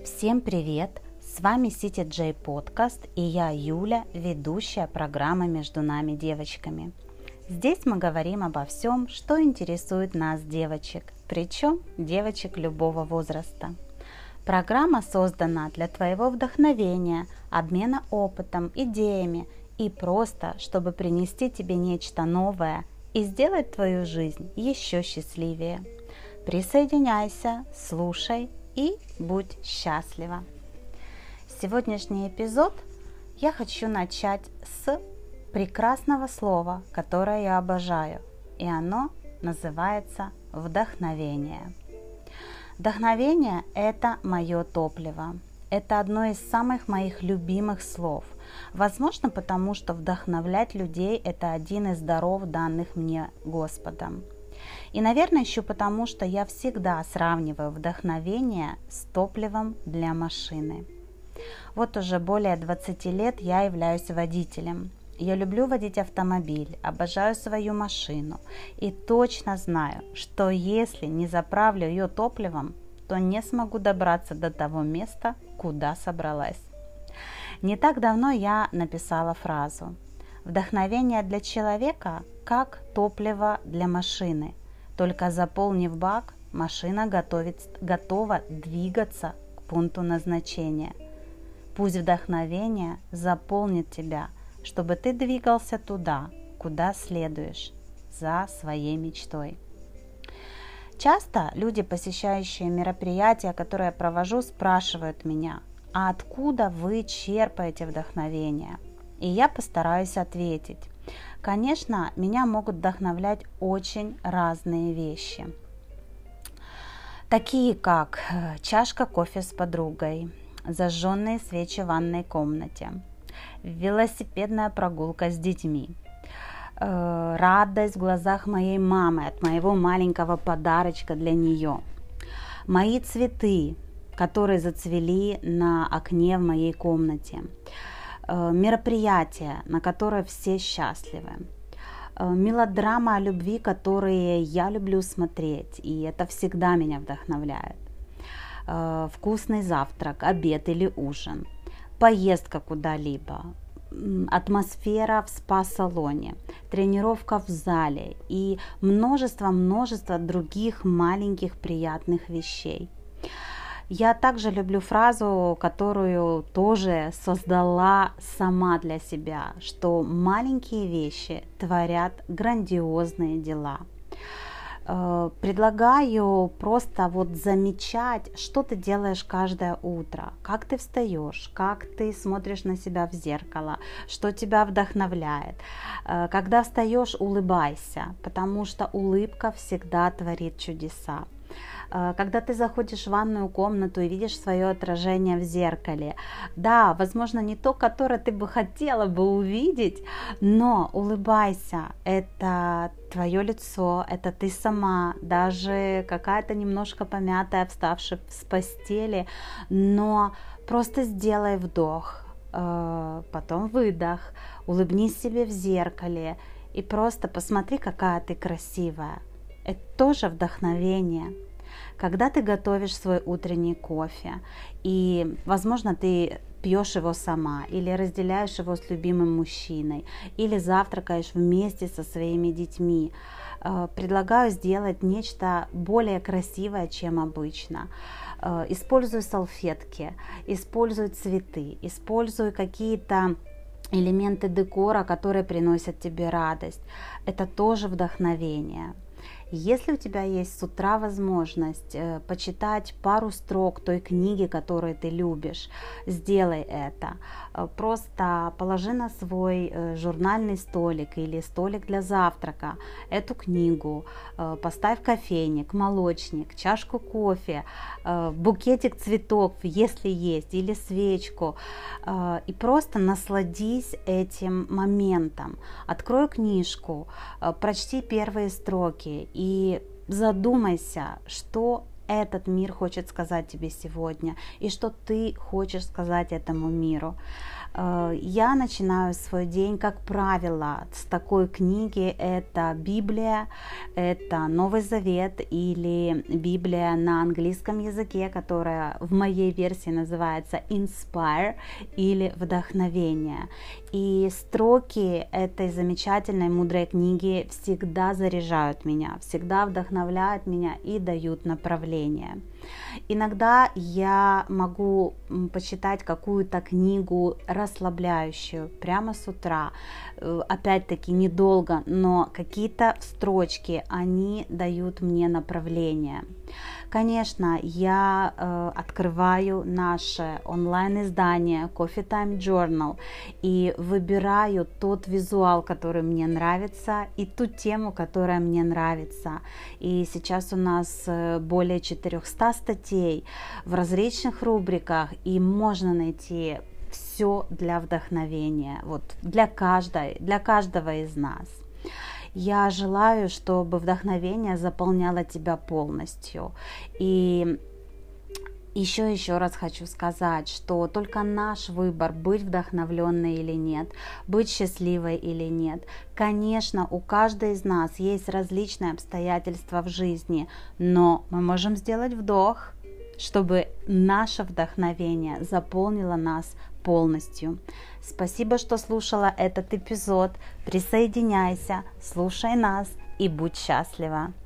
Всем привет! С вами CTJ Podcast и я Юля, ведущая программы «Между нами девочками». Здесь мы говорим обо всем, что интересует нас, девочек, причем девочек любого возраста. Программа создана для твоего вдохновения, обмена опытом, идеями и просто, чтобы принести тебе нечто новое и сделать твою жизнь еще счастливее. Присоединяйся, слушай и будь счастлива. Сегодняшний эпизод я хочу начать с прекрасного слова, которое я обожаю, и оно называется вдохновение. Вдохновение – это мое топливо. Это одно из самых моих любимых слов. Возможно, потому что вдохновлять людей – это один из даров, данных мне Господом. И, наверное, еще потому, что я всегда сравниваю вдохновение с топливом для машины. Вот уже более 20 лет я являюсь водителем. Я люблю водить автомобиль, обожаю свою машину и точно знаю, что если не заправлю ее топливом, то не смогу добраться до того места, куда собралась. Не так давно я написала фразу: «Вдохновение для человека как топливо для машины. Только заполнив бак, машина готова двигаться к пункту назначения. Пусть вдохновение заполнит тебя, чтобы ты двигался туда, куда следуешь, за своей мечтой». Часто люди, посещающие мероприятия, которые я провожу, спрашивают меня: «А откуда вы черпаете вдохновение?» И я постараюсь ответить. Конечно, меня могут вдохновлять очень разные вещи, такие как чашка кофе с подругой, зажженные свечи в ванной комнате, велосипедная прогулка с детьми, радость в глазах моей мамы от моего маленького подарочка для нее, мои цветы, которые зацвели на окне в моей комнате, мероприятия, на которые все счастливы, мелодрамы о любви, которые я люблю смотреть, и это всегда меня вдохновляет, вкусный завтрак, обед или ужин, поездка куда-либо, атмосфера в спа-салоне, тренировка в зале и множество других маленьких приятных вещей. Я также люблю фразу, которую тоже создала сама для себя, что маленькие вещи творят грандиозные дела. Предлагаю просто замечать, что ты делаешь каждое утро, как ты встаешь, как ты смотришь на себя в зеркало, что тебя вдохновляет. Когда встаешь, улыбайся, потому что улыбка всегда творит чудеса. Когда ты заходишь в ванную комнату и видишь свое отражение в зеркале, да, возможно, не то, которое ты бы хотела бы увидеть, но улыбайся, это твое лицо, это ты сама, даже какая-то немножко помятая, вставшая с постели, но просто сделай вдох, потом выдох, улыбнись себе в зеркале и просто посмотри, какая ты красивая. Это тоже вдохновение. Когда ты готовишь свой утренний кофе, и, возможно, ты пьешь его сама, или разделяешь его с любимым мужчиной, или завтракаешь вместе со своими детьми, предлагаю сделать нечто более красивое, чем обычно. Используй салфетки, используй цветы, используй какие-то элементы декора, которые приносят тебе радость. Это тоже вдохновение. Если у тебя есть с утра возможность почитать пару строк той книги, которую ты любишь, сделай это. Просто положи на свой журнальный столик или столик для завтрака эту книгу, поставь кофейник, молочник, чашку кофе, букетик цветов, если есть, или свечку, и просто насладись этим моментом. Открой книжку, прочти первые строки и задумайся, что этот мир хочет сказать тебе сегодня и что ты хочешь сказать этому миру. Я начинаю свой день, как правило, с такой книги. Это Библия, это Новый Завет или Библия на английском языке, которая в моей версии называется Inspire или Вдохновение. И строки этой замечательной, мудрой книги всегда заряжают меня, всегда вдохновляют меня и дают направление. Иногда я могу почитать какую-то книгу расслабляющую прямо с утра, опять-таки недолго, но какие-то строчки, они дают мне направление. Конечно, я открываю наше онлайн-издание Coffee Time Journal и выбираю тот визуал, который мне нравится, и ту тему, которая мне нравится. И сейчас у нас более 400 статей в различных рубриках, и можно найти все для вдохновения, вот для каждого из нас. Я желаю, чтобы вдохновение заполняло тебя полностью. И еще раз хочу сказать, что только наш выбор, быть вдохновленной или нет, быть счастливой или нет. Конечно, у каждой из нас есть различные обстоятельства в жизни, но мы можем сделать вдох, чтобы наше вдохновение заполнило нас полностью. Спасибо, что слушала этот эпизод. Присоединяйся, слушай нас и будь счастлива.